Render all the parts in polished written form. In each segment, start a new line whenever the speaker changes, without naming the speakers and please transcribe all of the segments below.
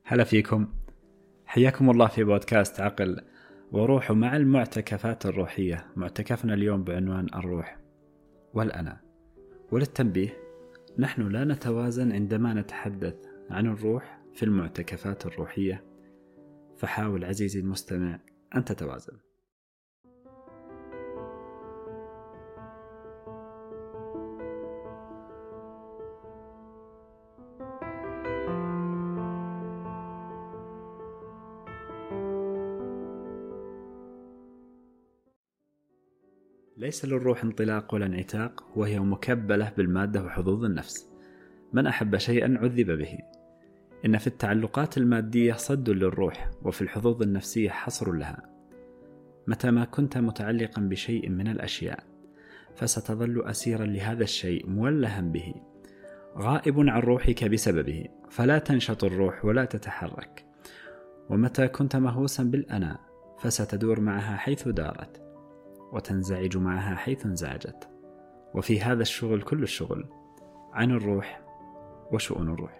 هلا فيكم، حياكم الله في بودكاست عقل وروح مع المعتكفات الروحية. معتكفنا اليوم بعنوان الروح والأنا. وللتنبيه، نحن لا نتوازن عندما نتحدث عن الروح في المعتكفات الروحية، فحاول عزيزي المستمع أن تتوازن. ليس للروح انطلاق ولا انعتاق، وهي مكبلة بالمادة وحظوظ النفس. من أحب شيئا عذب به. إن في التعلقات المادية صد للروح، وفي الحظوظ النفسية حصر لها. متى ما كنت متعلقا بشيء من الأشياء فستظل أسيرا لهذا الشيء، مولها به، غائب عن روحك بسببه، فلا تنشط الروح ولا تتحرك. ومتى كنت مهووسا بالأنا فستدور معها حيث دارت، وتنزعج معها حيث انزعجت. وفي هذا الشغل كل الشغل عن الروح وشؤون الروح.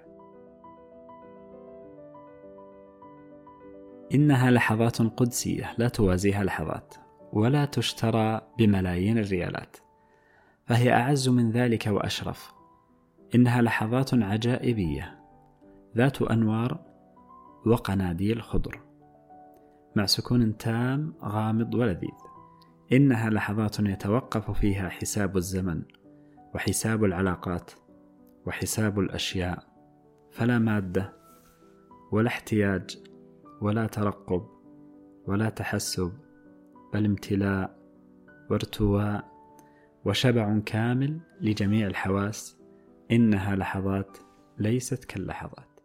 إنها لحظات قدسية لا توازيها لحظات، ولا تشترى بملايين الريالات، فهي أعز من ذلك وأشرف. إنها لحظات عجائبية ذات أنوار وقناديل خضر، مع سكون تام غامض ولذيذ. إنها لحظات يتوقف فيها حساب الزمن وحساب العلاقات وحساب الأشياء، فلا مادة ولا احتياج ولا ترقب ولا تحسب، بل امتلاء وارتواء وشبع كامل لجميع الحواس. إنها لحظات ليست كاللحظات.